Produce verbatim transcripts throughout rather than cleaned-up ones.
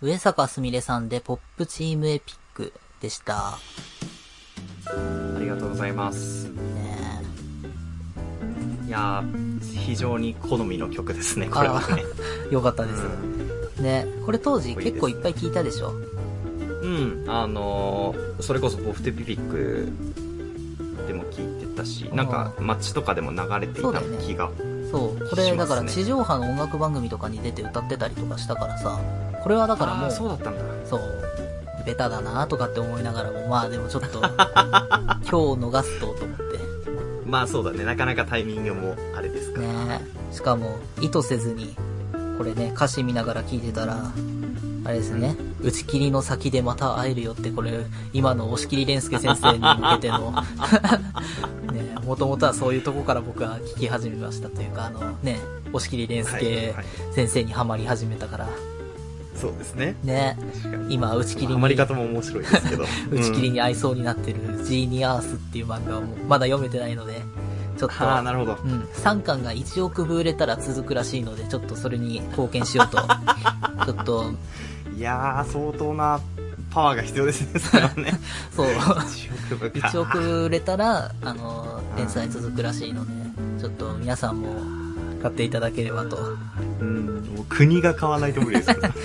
上坂すみれさんでポップチームエピックでした。 ありがとうございます。 ね、 いやー、非常に好みの曲ですね、これはね。 よかったです、うん。ね、これ当時結構いっぱい聞いたでしょ。 うん、あのー、それこそポフテピピックでも聞いてたし、なんか街とかでも流れていた気が。 そう、これだから地上波の音楽番組とかに出て歌ってたりとかしたからさ、これはだからもう、 そうだったんだ。 そう、ベタだなとかって思いながらも、まあでもちょっと、今日逃すとと思って。 まあそうだね、なかなかタイミングもあれですからね。しかも、意図せずに、これね、歌詞見ながら聴いてたら、あれですね、打ち切りの先でまた会えるよって、これ、今の押切蓮介先生に向けての、ね、もともとはそういうとこから僕は聞き始めましたというか、あのね、押切蓮介先生にハマり始めたから。 そうですね。 ね、今、打ち切りに。 ハマり方も面白いですけど。 打ち切りに合いそうになってる、ジーニアースっていう漫画をまだ読めてないので、ちょっと、 ああ、なるほど。 うん、さんかんがいちおく部売れたら続くらしいので、ちょっとそれに貢献しようと。ちょっと。 いやー、相当なパワーが必要ですね、それはね。 そう。いちおく部売れたら、あの、連載続くらしいので、ちょっと皆さんも買っていただければと。 うん、もう国が買わないと無理ですからね。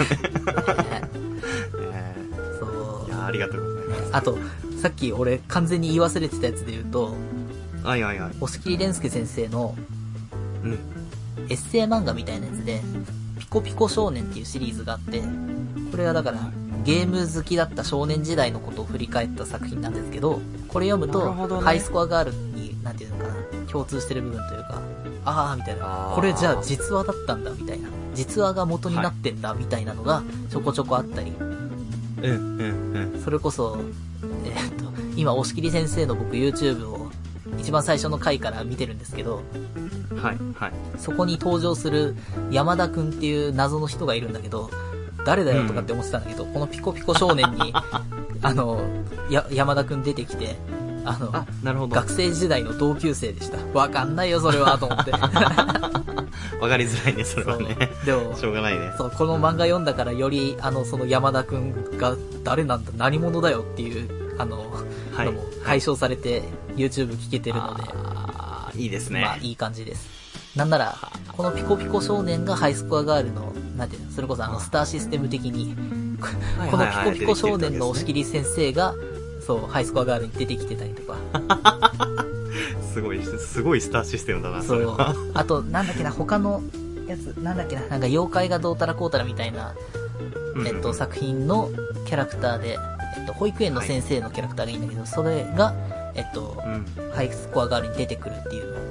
そう。 いやー、ありがとうございます。 あと、さっき俺完全に言い忘れてたやつで言うと、 はいはいはい。 押切蓮介先生の、 うん。 エッセイ漫画みたいなやつで、ピコピコ少年っていうシリーズがあって、これはだから、ゲーム好きだった少年時代のことを振り返った作品なんですけど、これ読むと、ね、ハイスコアガールに、なんていうのかな、共通してる部分というか、あーみたいな、これじゃあ実話だったんだみたいな、実話が元になってんだみたいなのがちょこちょこあったり、 うんうんうん。 それこそ、えー、っと、今、押切先生の僕 YouTube を一番最初の回から見てるんですけど、 はいはい。 そこに登場する山田くんっていう謎の人がいるんだけど、誰だよとかって思ってたんだけど、うん、このピコピコ少年に、あの、や、山田くん出てきて、あの、 あ、なるほど。 学生時代の同級生でした。わかんないよ、それは、と思って。 わかりづらいね、それはね。 でも、 しょうがないね。 そう、この漫画読んだからより、あの、その山田くんが誰なんだ、何者だよっていう、あの、はい、のも解消されて、YouTube 聞けてるので。 あ、いいですね。 まあ、いい感じです。なんなら、このピコピコ少年がハイスコアガールの、なんていうの、それこそあの、スターシステム的に、このピコピコ少年の押切先生が、そう、ハイスコアガールに出てきてたりとか。 すごい、すごいスターシステムだな、 そう。あと、なんだっけな、他のやつ、なんだっけな、なんか妖怪がどうたらこうたらみたいな、えっと、作品のキャラクターで、えっと、保育園の先生のキャラクターがいいんだけど、それが、えっと、ハイスコアガールに出てくるっていうの。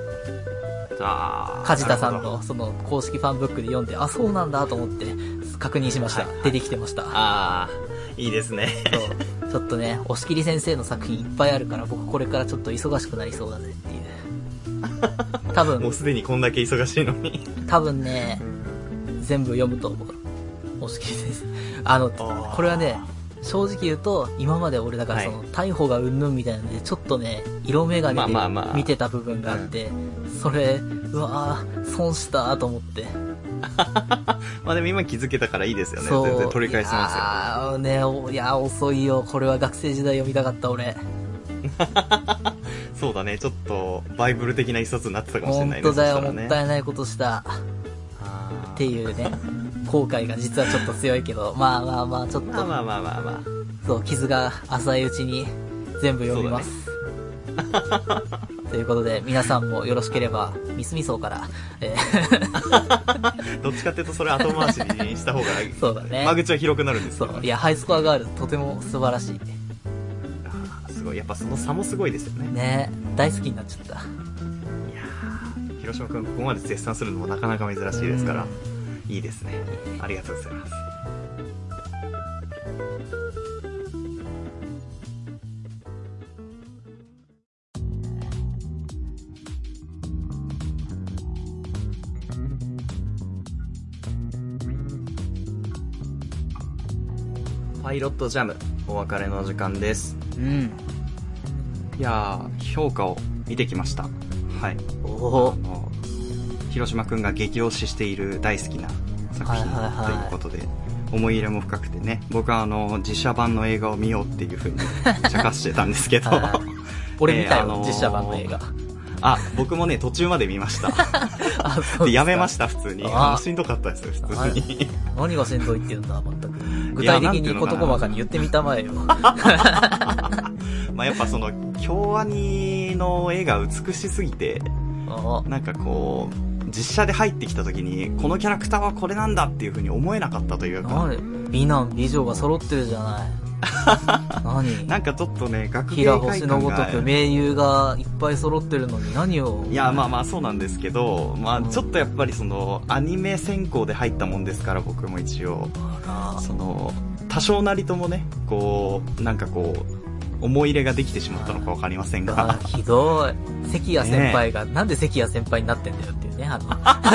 梶田さんのその公式ファンブックで読んで、あ、そうなんだと思って確認しました。はいはい、出てきてました。 ああ、いいですね。 そう。ちょっとね、押切先生の作品いっぱいあるから、僕これからちょっと忙しくなりそうだねっていう。多分。 もうすでにこんだけ忙しいのに。 多分ね、全部読むと思う。押切先生。あの、これはね、正直言うと、今まで俺だからその、はい、逮捕がうんぬんみたいなので、ちょっとね、色眼鏡で見てた部分があって、まあまあまあ、それ、うわぁ、損したと思って。 まあでも今気づけたからいいですよね。全然取り返せますよ。 ああ、ね、いや、遅いよ。これは学生時代読みたかった、俺。 そうだね、ちょっと、バイブル的な一冊になってたかもしれないね。 本当だよ、ね、もったいないことした。っていうね。後悔が実はちょっと強いけど、まあまあまあ、ちょっと。 まあまあまあまあまあ。 そう、傷が浅いうちに全部読みます。ということで、皆さんもよろしければ、ミスミソウから、えー、どっちかっていうとそれ後回しにした方が、 そうだね。 間口は広くなるんですよ、ね。 そう。いや、ハイスコアガール、とても素晴らしい。 あすごい。やっぱその差もすごいですよね。 ね大好きになっちゃった。いやー、広島くんここまで絶賛するのもなかなか珍しいですから。いいですね。ありがとうございます。パイロットジャム、お別れの時間です。 うん。 いやー、評価を見てきました。はい。 おお。 広島くんが激推ししている大好きな作品ということで、はいはいはい、思い入れも深くてね、僕はあの実写版の映画を見ようっていう風に茶化してたんですけど俺見たよ、えーあのー、実写版の映画。 あ、僕もね途中まで見ましたあ、そうでやめました。普通にあしんどかったですよ普通に何がしんどいって言うんだ。全く具体的に事細かに言ってみたまえよまあやっぱその京アニの絵が美しすぎて、なんかこう実写で入ってきた時にこのキャラクターはこれなんだっていう風に思えなかったというか、 美男美女が揃ってるじゃない何なんかちょっとね、学芸会館が平星のごとく名優がいっぱい揃ってるのに何を。 いやまあまあそうなんですけど、まあちょっとやっぱりそのアニメ専攻で入ったもんですから、僕も一応その多少なりともね、こうなんかこう思い入れができてしまったのかわかりませんが、 ひどい。関谷先輩が、ね、なんで関谷先輩になってんだよっていうね、あの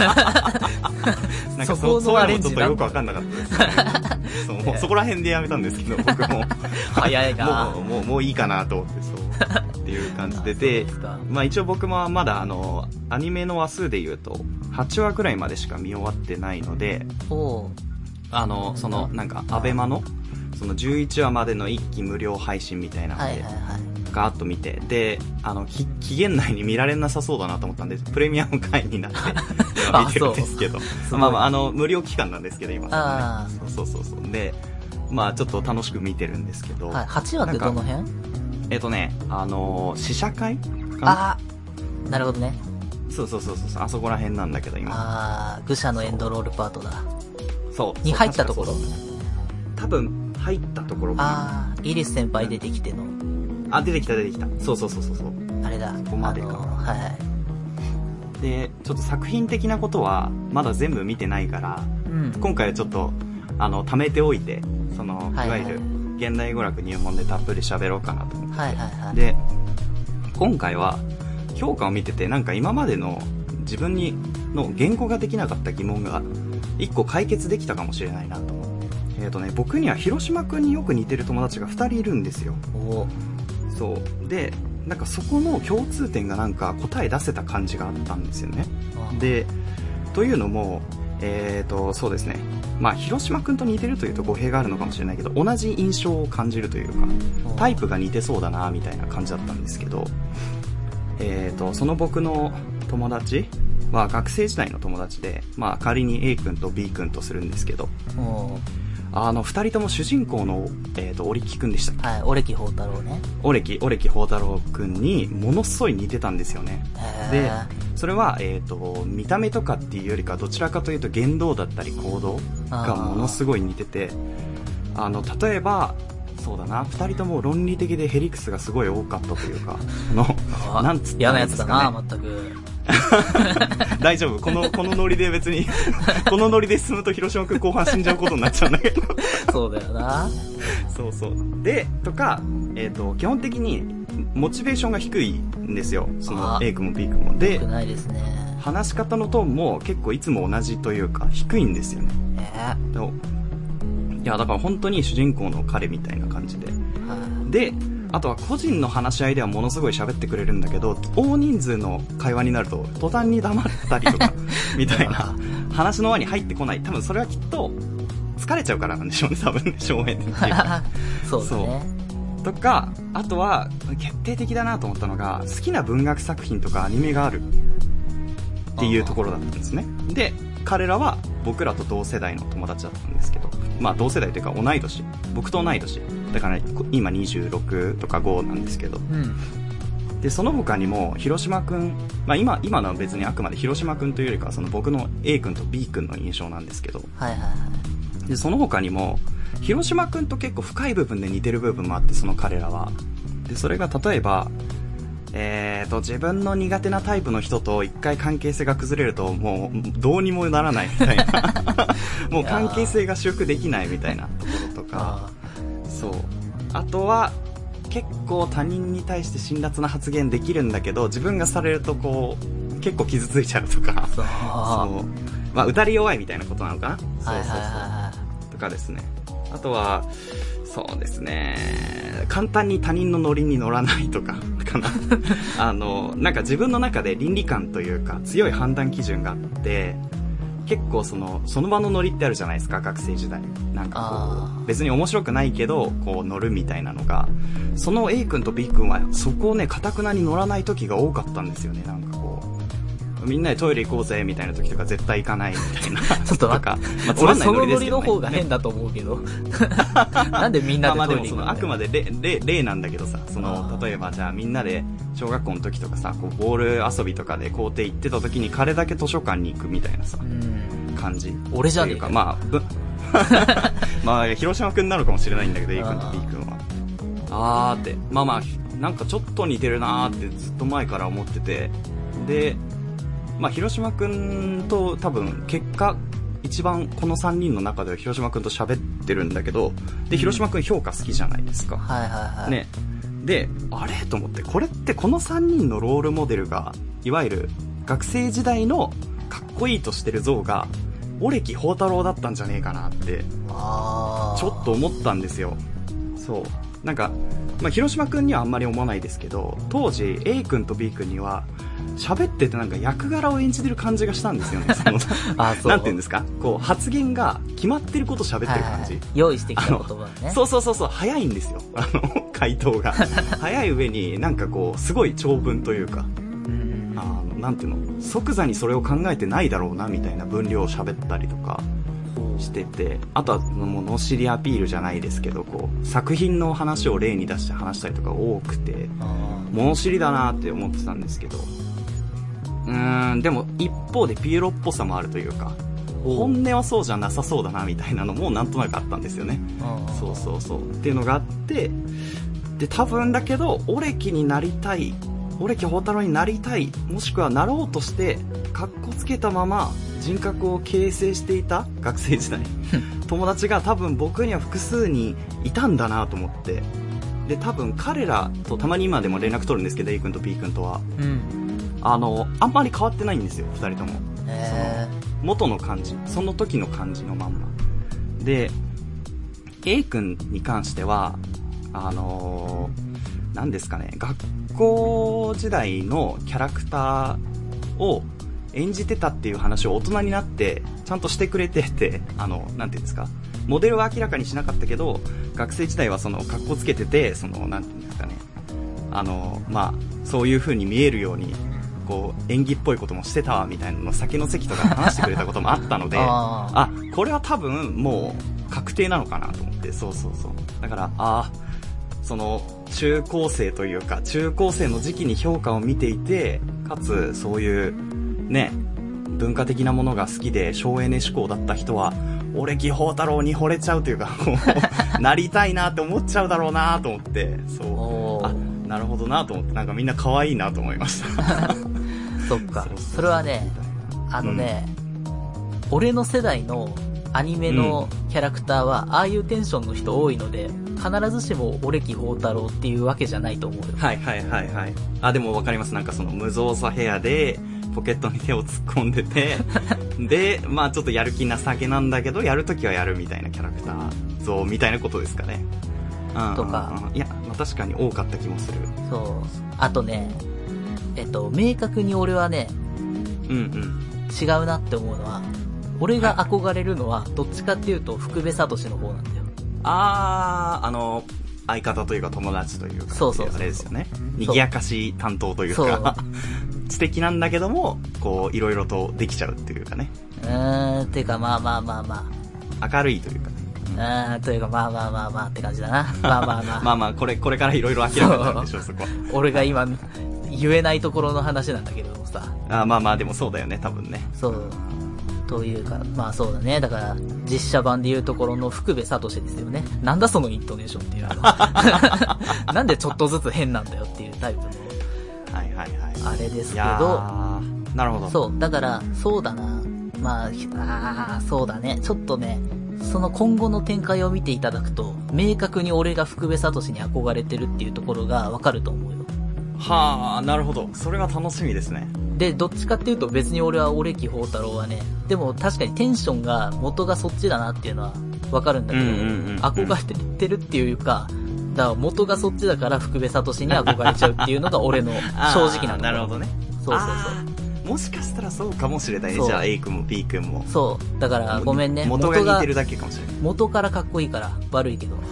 なんか そ, そ, そういうのもちょっとよくわかんなかったですねそう、もうそこら辺でやめたんですけど僕も早いなもうもうもういいかなと思って、そうっていう感じでで、まあ一応僕もまだあのアニメの話数で言うとはちわくらいまでしか見終わってないので、あのそのなんかアベマのそのじゅういちわまでの一期無料配信みたいなので、はいはいはい、ガーッと見て、であの期限内に見られなさそうだなと思ったんでプレミアム会員になって今見てるんですけどまあまああの無料期間なんですけど今ね、そうそうそうそうで、まあちょっと楽しく見てるんですけど、 はい、はちわってどの辺？ えっとねあの試写会かなあなるほどね、 そうそうそうそう、あそこら辺なんだけど今、 あー愚者のエンドロールパートだ、 そうに入ったところ、 多分入ったところかな。 あーイリス先輩出てきての、 あ出てきた出てきた、そうそうそうそうそう、 あれだ、 そこまでか、 あのー、はいはい。 でちょっと作品的なことはまだ全部見てないから、うん、今回はちょっとあの貯めておいて、その、はいはい、いわゆる現代語学入門でたっぷり喋ろうかなと思って、はいはいはい、で今回は評価を見てて、なんか今までの自分にの言語ができなかった疑問が一個解決できたかもしれないなと思って、えーとね、僕には広島くんによく似てる友達がふたりいるんですよ。おそうで、なんかそこの共通点がなんか答え出せた感じがあったんですよね。でというのもえーとそうですね、まあ広島くんと似てるというと語弊があるのかもしれないけど、同じ印象を感じるというかタイプが似てそうだなみたいな感じだったんですけど、えーとその僕の友達は学生時代の友達で、まあ仮に A 君と B 君とするんですけど、あの二人とも主人公の、えーと、オレキ君でしたっけ、 はい、オレキ宝太郎ね。 オレキ、オレキ宝太郎君にものすごい似てたんですよね。で、それは、えーと、見た目とかっていうよりか、どちらかというと言動だったり行動がものすごい似てて、あの、例えば、そうだな、二人とも論理的でヘリクスがすごい多かったというか、の、なんつったらいいんですかね。 嫌なやつだな、全く。 大丈夫、このこのノリで別にこのノリで進むと広島くん後半死んじゃうことになっちゃうんだけどそうだよな。 そうそうでとか、えーと基本的にモチベーションが低いんですよ、その A 君も B 君もで、 少ないですね。 話し方のトーンも結構いつも同じというか低いんですよね。えー、いやだから本当に主人公の彼みたいな感じで、であとは個人の話し合いではものすごい喋ってくれるんだけど、大人数の会話になると途端に黙ったりとかみたいな話の輪に入ってこない。多分それはきっと疲れちゃうからなんでしょうね、多分ね、正面でっていうかそうだね。 とか、あとは決定的だなと思ったのが、好きな文学作品とかアニメがあるっていうところだったんですね。で彼らは僕らと同世代の友達だったんですけど、まあ同世代というか同い年、僕と同い年だから、ね、今にじゅうろくとかごなんですけど、うん、でその他にも広島くん、まあ、今, 今のは別にあくまで広島くんというよりかはその僕の A 君と B 君の印象なんですけど、はいはいはい、でその他にも広島くんと結構深い部分で似てる部分もあって、その彼らはでそれが例えばえーと自分の苦手なタイプの人と一回関係性が崩れるともうどうにもならないみたいなもう関係性が修復できないみたいなところとか、そうあとは結構他人に対して辛辣な発言できるんだけど、自分がされるとこう結構傷ついちゃうとか、そうそう、まあ打たれ弱いみたいなことなのかな、そうそうそうとかですね。あとはそうですね、簡単に他人のノリに乗らないとかかなあのなんか自分の中で倫理観というか強い判断基準があって、 結構その、その場のノリってあるじゃないですか、学生時代。なんかこう、別に面白くないけど、こう乗るみたいなのが、その A 君と B 君はそこをね、堅くなに乗らない時が多かったんですよね、なんかこう。みんなでトイレ行こうぜ、みたいな時とか絶対行かないみたいな。 ちょっと待って、まあ、つまんないノリですけどね。俺そのノリの方が変だと思うけど。なんでみんなでトイレ行くの、ね、まあまあでもその、あくまで例、例、例なんだけどさ、その、例えばじゃあみんなで、小学校の時とかさ、こうボール遊びとかで校庭行ってた時に彼だけ図書館に行くみたいなさ、感じ。 俺じゃねえか。 というか、まあ、ぶまあ、広島くんなのかもしれないんだけど、A 君と B 君は。あーって、まあまあ、なんかちょっと似てるなーってずっと前から思ってて、で、まあ、広島くんと多分、結果、一番このさんにんの中では広島くんと喋ってるんだけど、で、広島くん評価好きじゃないですか。 はいはいはい。 ね。で、あれと思って、これってこのさんにんのロールモデルが、いわゆる学生時代のかっこいいとしてる像が、オレキホウタロウだったんじゃねえかなって、ちょっと思ったんですよ。そう。なんか、まあ、広島くんにはあんまり思わないですけど、当時 A 君と B 君には、喋っててなんか役柄を演じてる感じがしたんですよね。そのあそうなんていうんですか、こう発言が決まってること喋ってる感じ、はいはい、 用意してきた言葉ね。 そうそうそうそう、早いんですよ、あの回答が早い上になんかこうすごい長文というか、うんあのなんていうの、即座にそれを考えてないだろうなみたいな分量を喋ったりとかしてて、あとはもうのしりアピールじゃないですけど、こう作品の話を例に出して話したりとか多くて、物知りだなって思ってたんですけど、うーん、でも一方でピエロっぽさもあるというか、本音はそうじゃなさそうだなみたいなのもなんとなくあったんですよね。そうそうそうっていうのがあって、で多分だけどオレキになりたい、オレキホウタロウになりたい、もしくはなろうとしてカッコつけたまま人格を形成していた学生時代友達が多分僕には複数にいたんだなと思って、で多分彼らとたまに今でも連絡取るんですけど、 A 君と B 君とは、うん、あのあんまり変わってないんですよ、ふたりとも。 へー、 その元の感じ、その時の感じのまんまで、 A 君に関してはあのー、なんですかね、学校時代のキャラクターを演じてたっていう話を大人になってちゃんとしてくれてて、あのなんていうんですか、モデルは明らかにしなかったけど学生時代はその格好つけてて、そのなんていうんですかね、あのまあそういう風に見えるようにこう演技っぽいこともしてたわみたいなのを酒の席とかで話してくれたこともあったのであ, あこれは多分もう確定なのかなと思って、そうそうそう、だからあその中高生というか中高生の時期に評価を見ていて、かつそういうね文化的なものが好きで省エネ志向だった人はオレキホウタロウに惚れちゃうというかなりたいなって思っちゃうだろうなと思って、そうあなるほどなと思って、なんかみんな可愛いなと思いましたそっか、そうそう、それはね、あのね、うん、俺の世代のアニメのキャラクターは、うん、ああいうテンションの人多いので、必ずしもオレキホウタロウっていうわけじゃないと思うよ。 はいはいはいはい。あ、でもわかります。なんかその無造作ヘアでポケットに手を突っ込んでてで、まあちょっとやる気なさげなんだけどやるときはやるみたいなキャラクター像みたいなことですかね。うん、 とか、 いや、まあ、確かに多かった気もする。 そう。あとね、えっと明確に俺はね、 うんうん、 違うなって思うのは、俺が憧れるのはどっちかっていうと福部聡の方なんだよ。 あー、あの相方というか友達というか、 そうそうそうそう、 あれですよね。賑やかし担当というか知的なんだけどもこういろいろとできちゃうっていうかね。 うーん、てかまあまあまあまあ明るいというかね。 うーん、というかまあまあまあまあって感じだな。まあまあまあまあまあこれこれからいろいろ明らかになるでしょう、そこは。 俺が今言えないところの話なんだけどもさ。 あまあまあでもそうだよね、多分ね。 そうというか、まあそうだね。だから、実写版でいうところの福部聡ですよね。なんだそのイントネーションっていうの。なんでちょっとずつ変なんだよっていうタイプの。 はいはいはい。 あれですけど。 なるほど。 そう。だから、そうだな。まあ、ああ、そうだね。ちょっとね、その今後の展開を見ていただくと、明確に俺が福部聡に憧れてるっていうところがわかると思うよ。 はあ、なるほど。それは楽しみですね。 で、どっちかっていうと別に俺はオレキホウタロウはね、でも確かにテンションが元がそっちだなっていうのはわかるんだけど、うんうんうんうん、憧れてるっていうか、だから元がそっちだから福部聡に憧れちゃうっていうのが俺の正直なところ。 なるほどね。 そうそうそう。 もしかしたらそうかもしれないね。じゃあ A 君も B 君も。 そう。だからごめんね。 元が似てるだけかもしれない。 元からかっこいいから悪いけど。う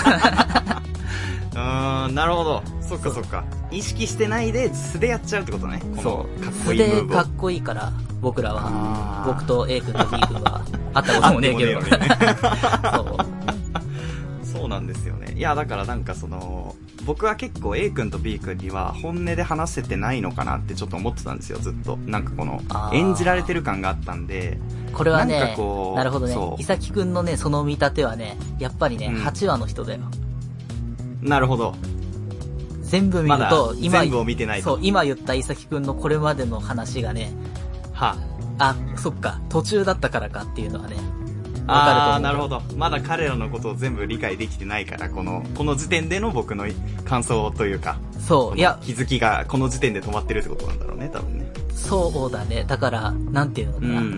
ーん、なるほど。そっかそっか。意識してないで素でやっちゃうってことね。 そう。 かっこいいムーブを。 素でかっこいいから僕らは、僕と A 君と B 君は会ったこともねえけど。ねそう。 そうなんですよね。いやだからなんかその僕は結構 A 君と B 君には本音で話せてないのかなってちょっと思ってたんですよ、ずっと。なんかこの演じられてる感があったんで。 これはね、 なんかこうなるほどね。伊崎くんのね、その見立てはね、やっぱりね、うん、はちわの人だよ。 なるほど。 全部見ると、 ま、今、全部を見てないと。 そう、今言った伊崎くんのこれまでの話がね、 はあ、そっか、途中だったからかっていうのはね、 ああ、なるほど。まだ彼らのことを全部理解できてないから、この、この時点での僕の感想というか。 そう、いや。 気づきがこの時点で止まってるってことなんだろうね、多分ね。 そうだね。だから、なんていうのかな。うん、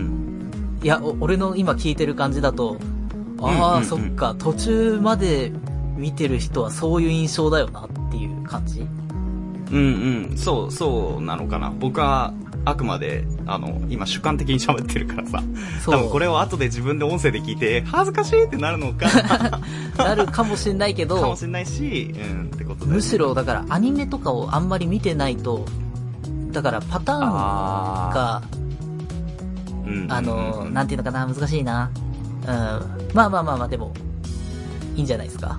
いや、俺の今聞いてる感じだと、ああ、うんうんうん、そっか、途中まで見てる人はそういう印象だよなっていう感じ？ うんうん。そう、そうなのかな。僕は、あくまで、あの、今主観的に喋ってるからさ。多分これを後で自分で音声で聞いて、恥ずかしいってなるのか。 なるかもしれないけど。 かもしれないし、うん、ってことで、ね。 むしろ、だからアニメとかをあんまり見てないと、だからパターンが、うん、あの、なんていうのかな、難しいな。うん。まあまあまあまあ、でも、いいんじゃないですか。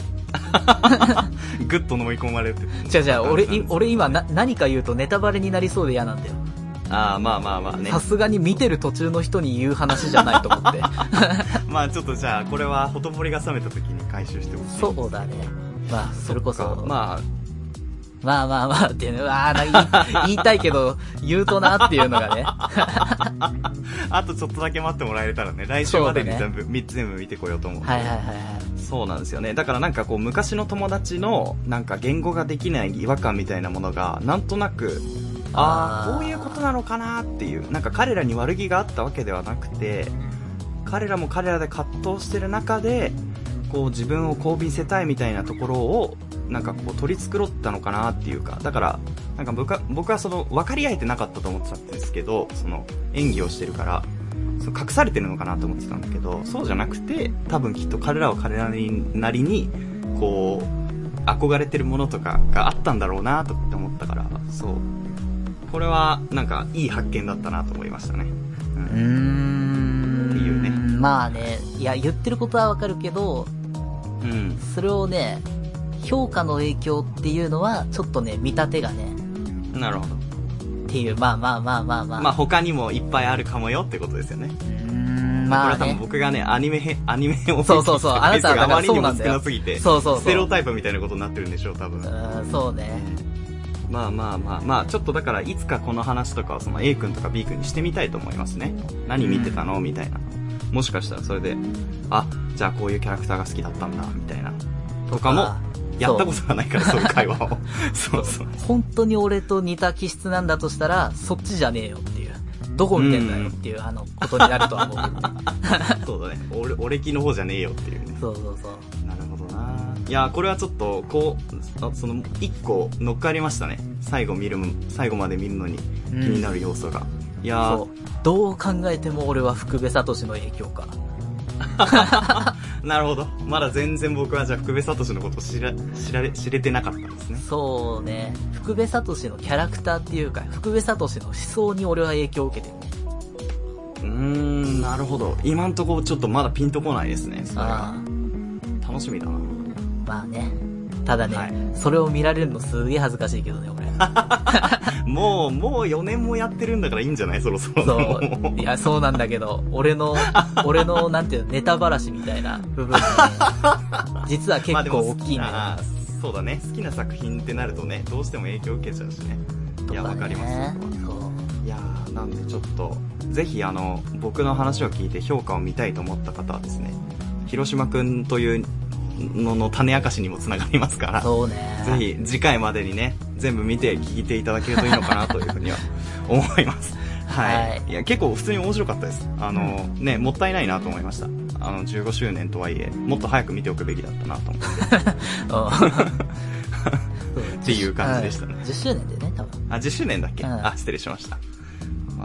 ぐっと飲み込まれてる。 じゃあじゃあ、俺、俺今な、何か言うとネタバレになりそうで嫌なんだよ。 ああ、まあまあまあね。 さすがに見てる途中の人に言う話じゃないと思って。 まあちょっとじゃあ、これはほとぼりが冷めた時に回収してほしい。 そうだね。まあ、それこそ。 まあ、 まあまあまあっていうのは、言いたいけど、言うとなっていうのがね。 あとちょっとだけ待ってもらえたらね、来週までに全部、ね、みっつ全部見てこようと思う。 はいはいはいはい。 そうなんですよね。だからなんかこう、昔の友達の、なんか言語ができない違和感みたいなものが、なんとなく、ああ、こういうことなのかなっていう、なんか彼らに悪気があったわけではなくて、彼らも彼らで葛藤してる中で、こう自分をこう見せたいみたいなところを、なんかこう取り繕ったのかなっていうか、だからなんか僕は僕はその分かり合えてなかったと思ってたんですけど、その演技をしてるからその隠されてるのかなと思ってたんだけど、そうじゃなくて、多分きっと彼らは彼らなりにこう憧れてるものとかがあったんだろうなとって思ったから、そうこれはなんかいい発見だったなと思いましたね。うん、うーんっていうね。 まあね、いや言ってることはわかるけど、うん、それをね、評価の影響っていうのはちょっとね、見立てがね、 なるほどっていう、まあまあまあまあまあまあ他にもいっぱいあるかもよってことですよね。うーん、まあ、ね、 これは多分僕がね、アニメアニメをそうそうそう、あなたはあまりにも少なすぎて、 そうそうそう、 ステレオタイプみたいなことになってるんでしょう、多分。 うん、そうね。 まあまあまあまあ、ちょっとだからいつかこの話とかはその A 君とか B 君にしてみたいと思いますね。何見てたのみたいな。もしかしたらそれで、あ、じゃあこういうキャラクターが好きだったんだみたいなとかもやったことがないから、そういう会話を。そうそう。 本当に俺と似た気質なんだとしたら、そっちじゃねえよっていう。どこ見てんだよっていう、うん、あの、ことになるとは思う。 そうだね。俺、俺気の方じゃねえよっていうね。 そうそうそう。 なるほどな。いや、これはちょっと、こう、その、一個乗っかりましたね。最後見る、最後まで見るのに気になる要素が。うん、いやそう。どう考えても俺は福部聡の影響か。 なるほど。まだ全然僕はじゃあ福部聡のことを知ら、知られ、知れてなかったんですね。 そうね。福部聡のキャラクターっていうか、福部聡の思想に俺は影響を受けてる。 うーん、なるほど。今んとこちょっとまだピンとこないですね。それが楽しみだな。 まあね。ただね、はい、それを見られるのすげえ恥ずかしいけどね、俺。 もう、もうよねんもやってるんだからいいんじゃない？そろそろ。 そう。いや、そうなんだけど、俺の、俺の、なんていうの、ネタばらしみたいな部分が、ね、実は結構大きいんだよ。 まあ、そうだね。好きな作品ってなるとね、どうしても影響を受けちゃうしね。いや、わかりますよ。そう。いやー、なんでちょっと、ぜひあの、僕の話を聞いて評価を見たいと思った方はですね、広島くんというのの種明かしにもつながりますから、 そうね。 ぜひ次回までにね、全部見て聞いていただけるといいのかなというふうには思います。はい、はい。いや、結構普通に面白かったです。あの、うん、ね、もったいないなと思いました。あの、じゅうごしゅうねんとはいえ、もっと早く見ておくべきだったなと思って。っていう感じでしたね。 じゅっしゅうねんでね、多分。 あ、じゅっしゅうねんだっけ、うん、あ、失礼しました。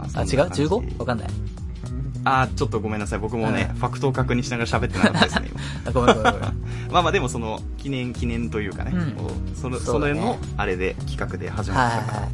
な。 あ、違う ?じゅうご？ わかんない。 あー、ちょっとごめんなさい。僕もね、うん、ファクトを確認しながら喋ってなかったですね、 今。ごめんごめんごめん。 まあまあでもその、記念、記念というかね、うん、その、それの、あれで、企画で始まったから。はいはい、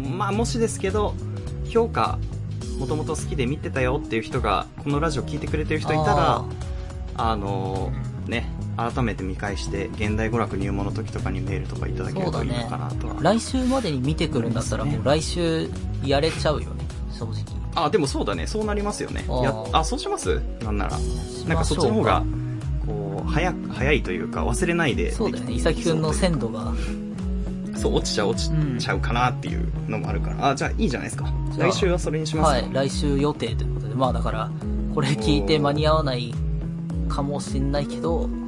まあもしですけど、評価、もともと好きで見てたよっていう人が、このラジオ聞いてくれてる人いたら、あ, あのー、ね、改めて見返して、現代娯楽入門の時とかにメールとかいただけるといいのかなとは、ね。 来週までに見てくるんだったら、もう来週やれちゃうよね、正直。 あ、でもそうだね。そうなりますよね。やあ、そうしますなんなら。なんかそっちの方が、こう、早、早いというか、忘れないで。 そうだよね。伊崎くんの鮮度が。 そう、落ちちゃう、落ちちゃうかなっていうのもあるから。うん、あ、じゃあいいじゃないですか。来週はそれにしますか。 はい、来週予定ということで。まあだから、これ聞いて間に合わないかもしんないけど、うんうん、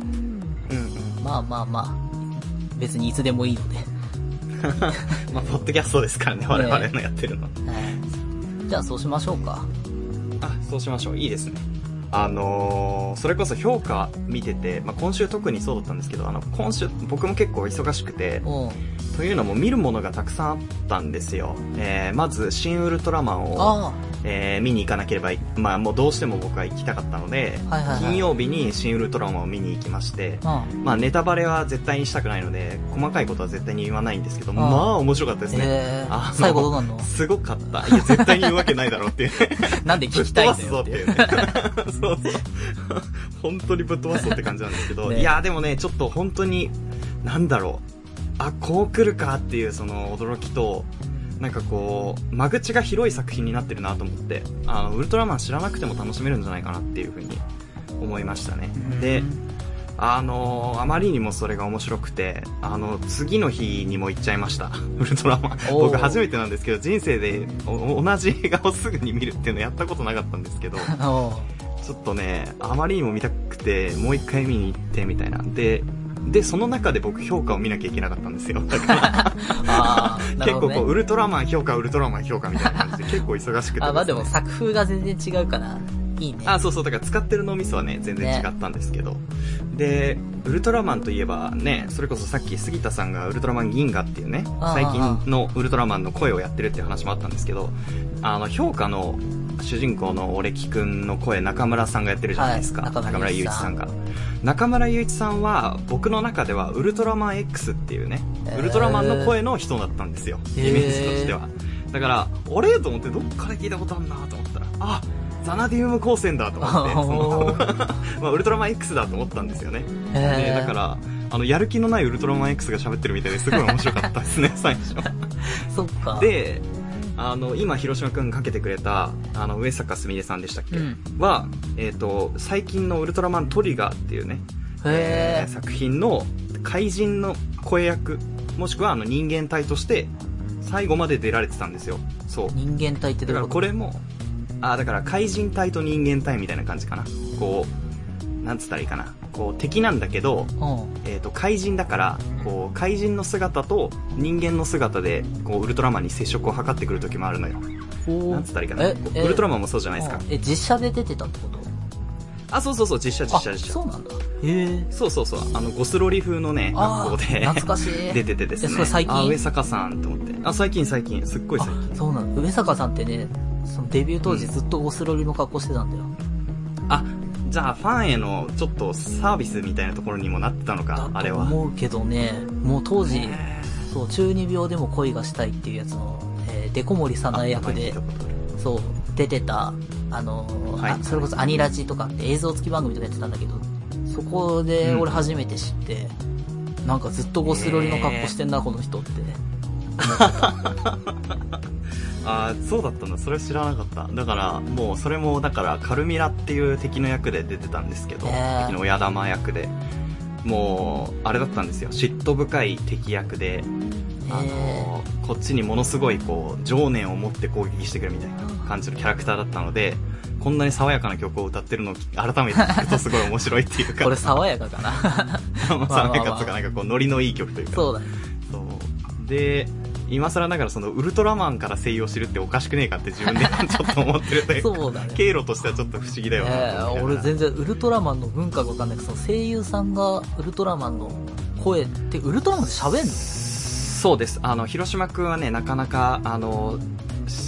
まあまあまあ、別にいつでもいいので。 まあ、ポッドキャストですからね、我々のやってるの。 ねじゃあそうしましょうか。 あ、そうしましょう。いいですね。あのー、それこそ評価見てて、まあ、今週特にそうだったんですけど、あの、今週僕も結構忙しくて、というのも見るものがたくさんあったんですよ。えー、まず、新ウルトラマンを、えー、見に行かなければい、まあもうどうしても僕は行きたかったので、はいはいはい、金曜日に新ウルトラマンを見に行きまして、まあネタバレは絶対にしたくないので、細かいことは絶対に言わないんですけど、まあ面白かったですね。 えー、あ最後どうなんの？ すごかった。いや、絶対に言うわけないだろうっていう。 なんで聞きたいんだよっていう。 ぶっ飛ばすぞっていうね。そうそう。本当にぶっ飛ばすぞって感じなんですけど、ね、いやでもね、ちょっと本当に、なんだろう。あ、こう来るかっていうその驚きと、なんかこう、間口が広い作品になってるなと思って、あの、ウルトラマン知らなくても楽しめるんじゃないかなっていうふうに思いましたね。で、あの、あまりにもそれが面白くて、あの、次の日にも行っちゃいました。ウルトラマン。僕初めてなんですけど、人生で同じ映画をすぐに見るっていうのやったことなかったんですけど、ちょっとね、あまりにも見たくて、もう一回見に行ってみたいな。で、で、その中で僕評価を見なきゃいけなかったんですよ。だからあ、ね、結構こう、ウルトラマン評価、ウルトラマン評価みたいな感じで結構忙しくてですね。 あ、まあでも作風が全然違うかな。いいね。 あ、そうそう、だから使ってる脳みそはね、全然違ったんですけど。ね、で、ウルトラマンといえばね、それこそさっき杉田さんがウルトラマン銀河っていうね、最近のウルトラマンの声をやってるっていう話もあったんですけど、あの、評価の主人公のオレキくんの声、中村さんがやってるじゃないですか。はい、中村雄一さんが。中村雄一さんは、僕の中ではウルトラマン X っていうね、ウルトラマンの声の人だったんですよ。イメージとしては。だから、あれと思ってどっかで聞いたことあるなと思ったら、あ、ザナディウム光線だと思って、そのまあ、ウルトラマン X だと思ったんですよね。で、だから、あの、やる気のないウルトラマン X が喋ってるみたいですごい面白かったですね、最初。 そっか。 で、あの、今、広島くんかけてくれた、あの、上坂すみれさんでしたっけ、うん、は、えっ、ー、と、最近のウルトラマントリガーっていうね、えー、作品の怪人の声役、もしくはあの人間体として、最後まで出られてたんですよ。そう。 人間体ってどういうこと？ だからこれも、あ、だから怪人体と人間体みたいな感じかな。こう、なんつったらいいかな。こう、敵なんだけど、えっと、怪人だから、こう、怪人の姿と人間の姿で、こう、ウルトラマンに接触を図ってくる時もあるのよ。なんつったらいいかな。ウルトラマンもそうじゃないですか。 え、実写で出てたってこと？ あ、そうそうそう、実写実写実写。 そうなんだ。へえ。 そうそうそう、あの、ゴスロリ風のね、学校で。 懐かしい。 出ててですね。 それ最近？ あ、上坂さんと思って。あ、最近最近、すっごい最近。 そうなんだ。上坂さんってね、そのデビュー当時ずっとゴスロリの格好してたんだよ。うん、 あ、じゃあファンへのちょっとサービスみたいなところにもなってたのか、あれは。 思うけどね、もう当時、そう、中二病でも恋がしたいっていうやつの、えー、デコモリサナエ役で、そう、出てた、あのーはい、あ、それこそアニラジとかって映像付き番組とかやってたんだけど、そこで俺初めて知って、うん、なんかずっとゴスロリの格好してんな、この人って。 あー、そうだったんだ。それ知らなかった。だから、もうそれも、だからカルミラっていう敵の役で出てたんですけど、敵の親玉役で、もう、あれだったんですよ。嫉妬深い敵役で、あのー、こっちにものすごいこう情念を持って攻撃してくるみたいな感じのキャラクターだったので、こんなに爽やかな曲を歌ってるのを改めて聞くとすごい面白いっていうかこれ爽やかかな爽やかとかなんかこうノリのいい曲というか、 そうだね。 そうで、今更ながらそのウルトラマンから声優を知るっておかしくねえかって自分でちょっと思ってるというかそうだね、 経路としてはちょっと不思議だよな、 えー、俺全然ウルトラマンの文化がわかんないけど、その声優さんがウルトラマンの声ってウルトラマンで喋んの？ そうです。あの、広島くんはね、なかなか、あの、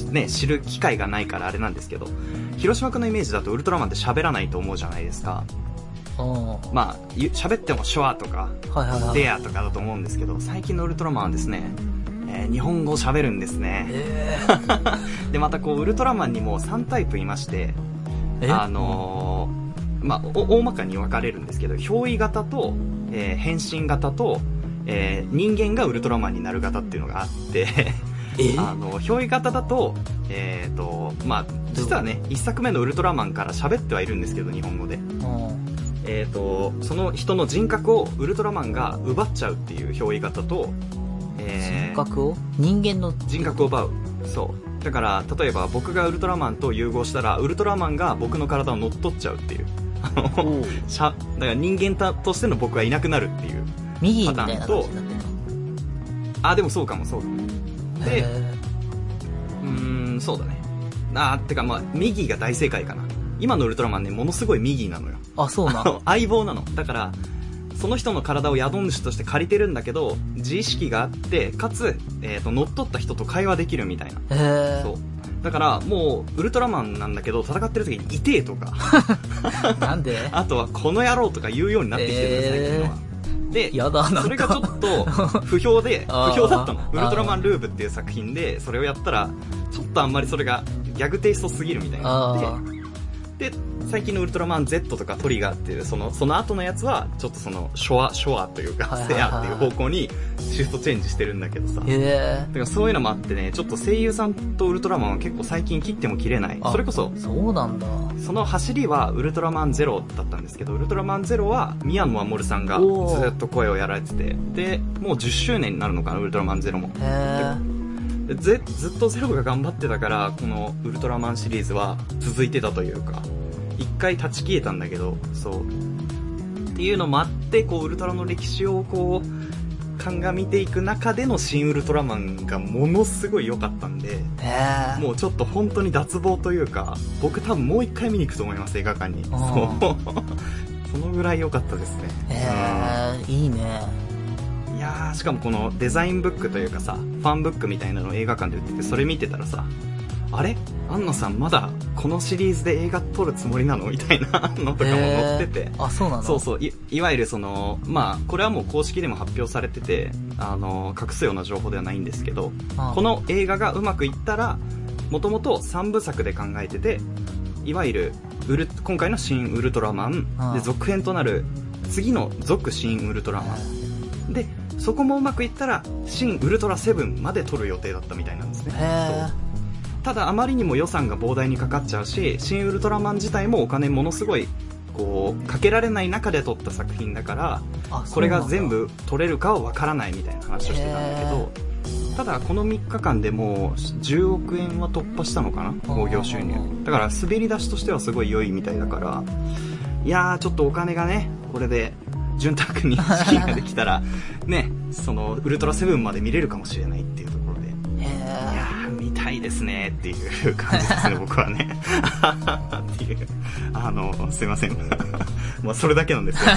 ね、知る機会がないからあれなんですけど、広島君のイメージだとウルトラマンって喋らないと思うじゃないですか。まあ、喋ってもシュワとか、はいはいはい、デアとかだと思うんですけど、最近のウルトラマンはですね、えー、日本語を喋るんですね。えー、で、またこう、ウルトラマンにもさんタイプいまして、あのー、まあ、大まかに分かれるんですけど、憑依型と、えー、変身型と、えー、人間がウルトラマンになる型っていうのがあって、えあの、憑依型だと、えっと、まあ、実はね、一作目のウルトラマンから喋ってはいるんですけど、日本語で。えっと、その人の人格をウルトラマンが奪っちゃうっていう憑依型と、 えー、人格を人間の人格を奪う。そう。だから、例えば僕がウルトラマンと融合したら、ウルトラマンが僕の体を乗っ取っちゃうっていう。あの、しゃ、だから人間としての僕がいなくなるっていうミギーみたいな感じになってるの。 あ、でもそうかも、そうかも。で、うーん、そうだね。あー、てかまあ、ミギーが大正解かな。今のウルトラマンね、ものすごいミギーなのよ。 あ、そうなの？ 相棒なの。だから、その人の体を宿主として借りてるんだけど、自意識があって、かつ、えっと、乗っ取った人と会話できるみたいな。 へー。 そう。だから、もう、ウルトラマンなんだけど、戦ってる時に、痛えとか。 なんで？ あとは、この野郎とか言うようになってきてるんですね、最近は。で、 やだな。 それがちょっと不評で、不評だったの。ウルトラマンルーブっていう作品で、それをやったら、ちょっとあんまりそれがギャグテイストすぎるみたいになって、で、最近のウルトラマン Z とかトリガーっていう、その、その後のやつは、ちょっとその、ショア、ショアというか、セアっていう方向にシフトチェンジしてるんだけどさ。 へー。 だからそういうのもあってね、ちょっと声優さんとウルトラマンは結構最近切っても切れない。それこそ、 そうなんだ。 その走りはウルトラマンゼロだったんですけど、ウルトラマンゼロは宮野真守さんがずっと声をやられてて、で、もうじゅっしゅうねんになるのかな、ウルトラマンゼロも。 へー。ず、ずっとゼロが頑張ってたから、このウルトラマンシリーズは続いてたというか、一回断ち切れたんだけど、そう。っていうのもあって、こう、ウルトラの歴史をこう、鑑みていく中での新ウルトラマンがものすごい良かったんで、 へもうちょっと本当に脱帽というか、僕多分もう一回見に行くと思います、映画館に。そう。そのぐらい良かったですね。 へー、いいね。 いやー、しかもこのデザインブックというかさ、ファンブックみたいなのを映画館で売ってて、それ見てたらさ、あれ安野さんまだこのシリーズで映画撮るつもりなのみたいなのとかも載ってて。 あ、そうなの？ そうそう。い、いわゆるその、まあ、これはもう公式でも発表されてて、あの、隠すような情報ではないんですけど、ああこの映画がうまくいったら、もともとさんぶさくで考えてて、いわゆる、ウル、今回の新ウルトラマン、ああで、続編となる、次の続新ウルトラマン。で、そこもうまくいったら、新ウルトラセブンまで撮る予定だったみたいなんですね。 へー。 ただあまりにも予算が膨大にかかっちゃうし、新ウルトラマン自体もお金ものすごいこうかけられない中で撮った作品だから、これが全部撮れるかはわからないみたいな話をしてたんだけど、ただこのみっかかんでもうじゅうおくえんは突破したのかな、興行収入。だから滑り出しとしてはすごい良いみたいだから、いやーちょっとお金がね、これで潤沢に資金ができたらね、そのウルトラセブンまで見れるかもしれないっていうところで、いやー見たいですねっていう感じですね僕はねっていう、あのすいませんまあそれだけなんですよ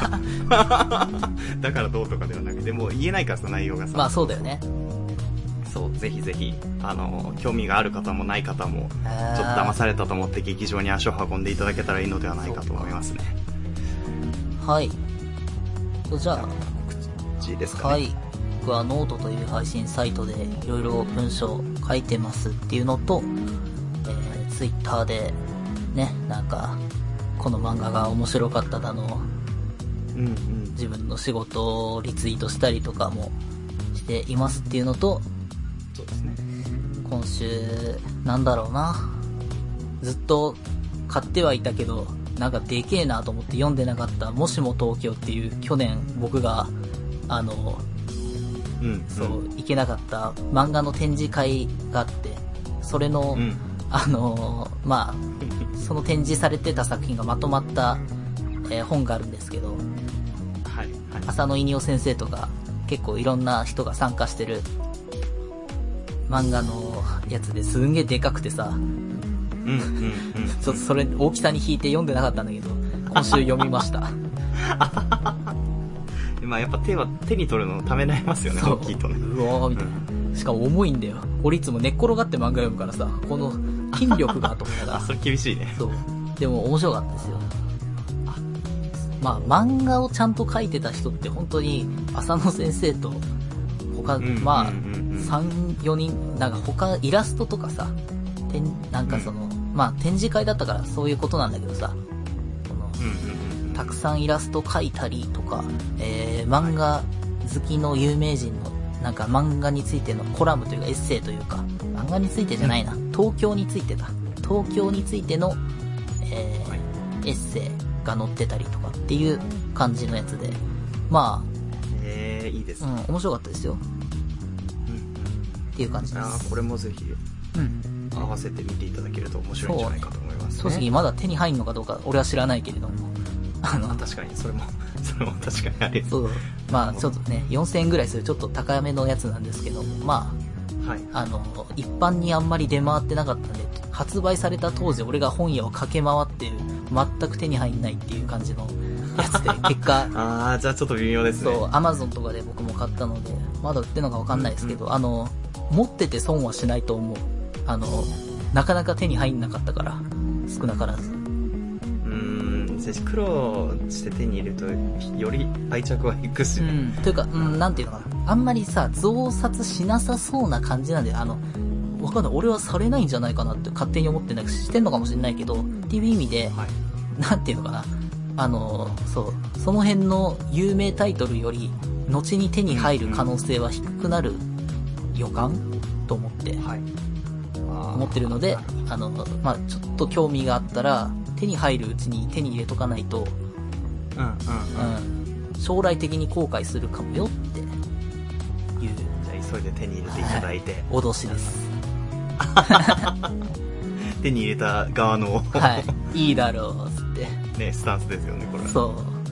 だからどうとかではなくて、もう言えないからさ、内容がさ。 まあそうだよね。 そう、ぜひぜひあの興味がある方もない方もちょっと騙されたと思って劇場に足を運んでいただけたらいいのではないかと思いますね。 はい。じゃあ告知ですかね。 はい。僕はノートという配信サイトでいろいろ文章書いてますっていうのと、えー、ツイッターでね、なんかこの漫画が面白かっただの、 うんうん、 自分の仕事をリツイートしたりとかもしていますっていうのと、 そうですね。 今週なんだろうな、ずっと買ってはいたけどなんかでけえなと思って読んでなかったもしも東京っていう、去年僕があのうんうん、 そう行けなかった漫画の展示会があって、それの、うん、あのー、まあその展示されてた作品がまとまった、えー、本があるんですけど、 はいはい、 浅野稲夫先生とか結構いろんな人が参加してる漫画のやつですんげえでかくてさ、 うんうんうん、 ちょっとそれ大きさに引いて読んでなかったんだけど今週読みましたまあやっぱ手は手に取るのためらいますよね、大きいとね。 うおーみたいな。 しかも重いんだよ。俺いつも寝っ転がって漫画読むからさ、この筋力がと思ったら。 あ、それ厳しいね。 そう。でも面白かったですよ。まあ、漫画をちゃんと描いてた人って本当に、浅野先生と、他、まあ、さん、よにん、なんか他、イラストとかさ、てんなんかその、うん、まあ、展示会だったからそういうことなんだけどさ、この、たくさんイラスト描いたりとか、えー、漫画好きの有名人の、なんか漫画についてのコラムというかエッセイというか、漫画についてじゃないな、東京についてだ。東京についての、えーはい、エッセイが載ってたりとかっていう感じのやつで、まあ、 えー、いいですね。 うん、面白かったですよ。うん、っていう感じです。 ああ、これもぜひ、うん、合わせて見ていただけると面白いんじゃないかと思いますね。 正直まだ手に入るのかどうか俺は知らないけれども、 あの、確かにそれもそれも確かにある。 そう、まあちょっとね、よんせんえんぐらいするちょっと高めのやつなんですけども、まあ、はい、あの一般にあんまり出回ってなかったんで、発売された当時俺が本屋を駆け回ってる、全く手に入んないっていう感じのやつで、結果ああ、じゃあちょっと微妙ですね。 そう、アマゾンとかで僕も買ったので、まだ売ってるのかわかんないですけど、うんうん、あの持ってて損はしないと思う。あのなかなか手に入んなかったから、少なからず。 苦労して手に入れるとより愛着はいくし、ね、 うん、というか、うん、なんていうのかな、あんまりさ増刷しなさそうな感じなんで、あのわかんない、俺はされないんじゃないかなって勝手に思ってないし、してんのかもしれないけどっていう意味で、はい、なんていうのかな、あのそうその辺の有名タイトルより後に手に入る可能性は低くなる予感と思って、はい、思ってるので、あのまあちょっと興味があったら手に入るうちに手に入れとかないと、うんうんうんうん、将来的に後悔するかもよっていう。 じゃあ急いで手に入れていただいて。 はい、脅しです。 手に入れた側のはい、いいだろうっつってね、スタンスですよね、これは。 そう。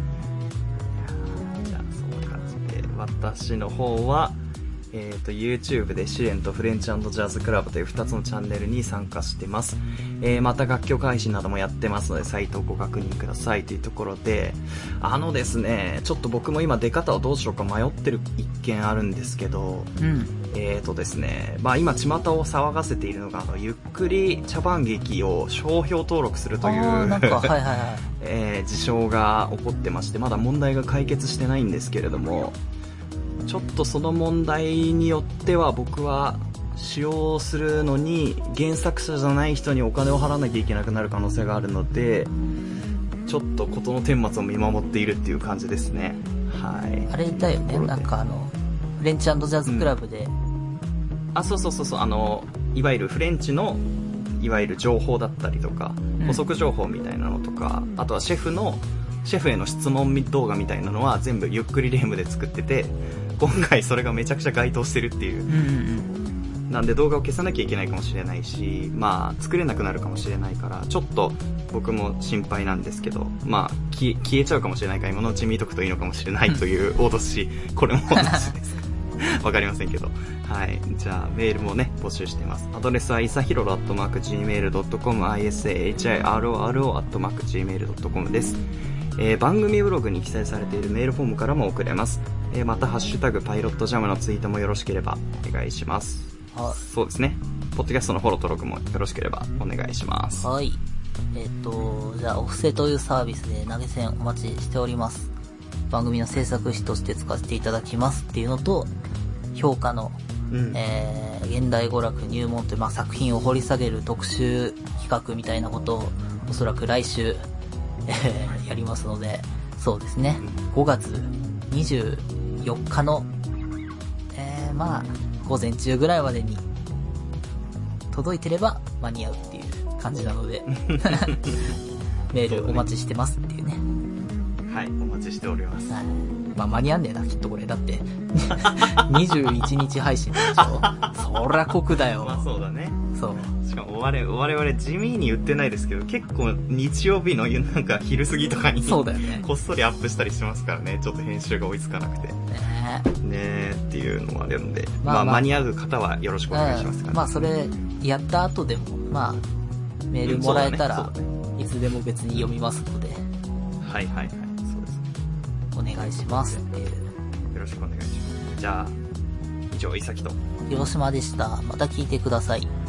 じゃあそんな感じで、私の方は。えーと、YouTube で試練とフレンチ&ジャズクラブというふたつのチャンネルに参加してます。えー、また楽曲配信などもやってますので、サイトをご確認くださいというところで、あのですね、ちょっと僕も今出方をどうしようか迷ってる一件あるんですけど、うん、えーとですね、まあ今巷を騒がせているのが、あの、ゆっくり茶番劇を商標登録するという、 なんか、はいはいはい。 えー、事象が起こってまして、まだ問題が解決してないんですけれども、ちょっとその問題によっては僕は使用するのに原作者じゃない人にお金を払わなきゃいけなくなる可能性があるので、ちょっと事の顛末を見守っているっていう感じですね。はい。 あれだよね、なんかあのフレンチ&ジャズクラブで、うん、 あ、そうそうそうそう、あのいわゆるフレンチのいわゆる情報だったりとか、うん、補足情報みたいなのとか、あとはシェフのシェフへの質問動画みたいなのは全部ゆっくりレームで作ってて、今回それがめちゃくちゃ該当してるっていう、うんうんうん、なんで動画を消さなきゃいけないかもしれないし、まあ作れなくなるかもしれないから、ちょっと僕も心配なんですけど、まあ消えちゃうかもしれないから今のうち見とくといいのかもしれないという脅し、これも脅しですわかりませんけど、はい。じゃあメールもね募集してます。アドレスはイサヒロロアットマーク ジーメールドットコム アイエスエーエイチアイアールオーアールオー アットマーク ジーメールドットコム です。えー、番組ブログに記載されているメールフォームからも送れます。えー、またハッシュタグパイロットジャムのツイートもよろしければお願いします。はい。そうですね。ポッドキャストのフォロー登録もよろしければお願いします。 はい。えっと、じゃあオフセというサービスで投げ銭お待ちしております。番組の制作費として使わせていただきますっていうのと、評価の、うん、えー、現代娯楽入門という、まあ、作品を掘り下げる特集企画みたいなことをおそらく来週、えー、やりますので、そうですね、ごがつにじゅうよっかの、えー、まあ午前中ぐらいまでに届いてれば間に合うっていう感じなのでメールお待ちしてますっていうね。 はい、お待ちしております。はい、 まあ間に合うんだよな、きっとこれ。だってにじゅういちにち配信でしょ。そりゃ酷だよ。 まあそうだね。 そう。 しかも我々、我々地味に言ってないですけど、結構日曜日のなんか昼過ぎとかにそうだよね。 こっそりアップしたりしますからね。ちょっと編集が追いつかなくて。ねえ。ねえっていうのもあるので、まあ、まあ、間に合う方はよろしくお願いしますから、ね。 まあそれやった後でも、まあメールもらえたら、うんねね、いつでも別に読みますので。 はいはいはい。そうですね。 お願いしますっていう。 よろしくお願いします。じゃあ、以上、いさきと。 広島でした。また聞いてください。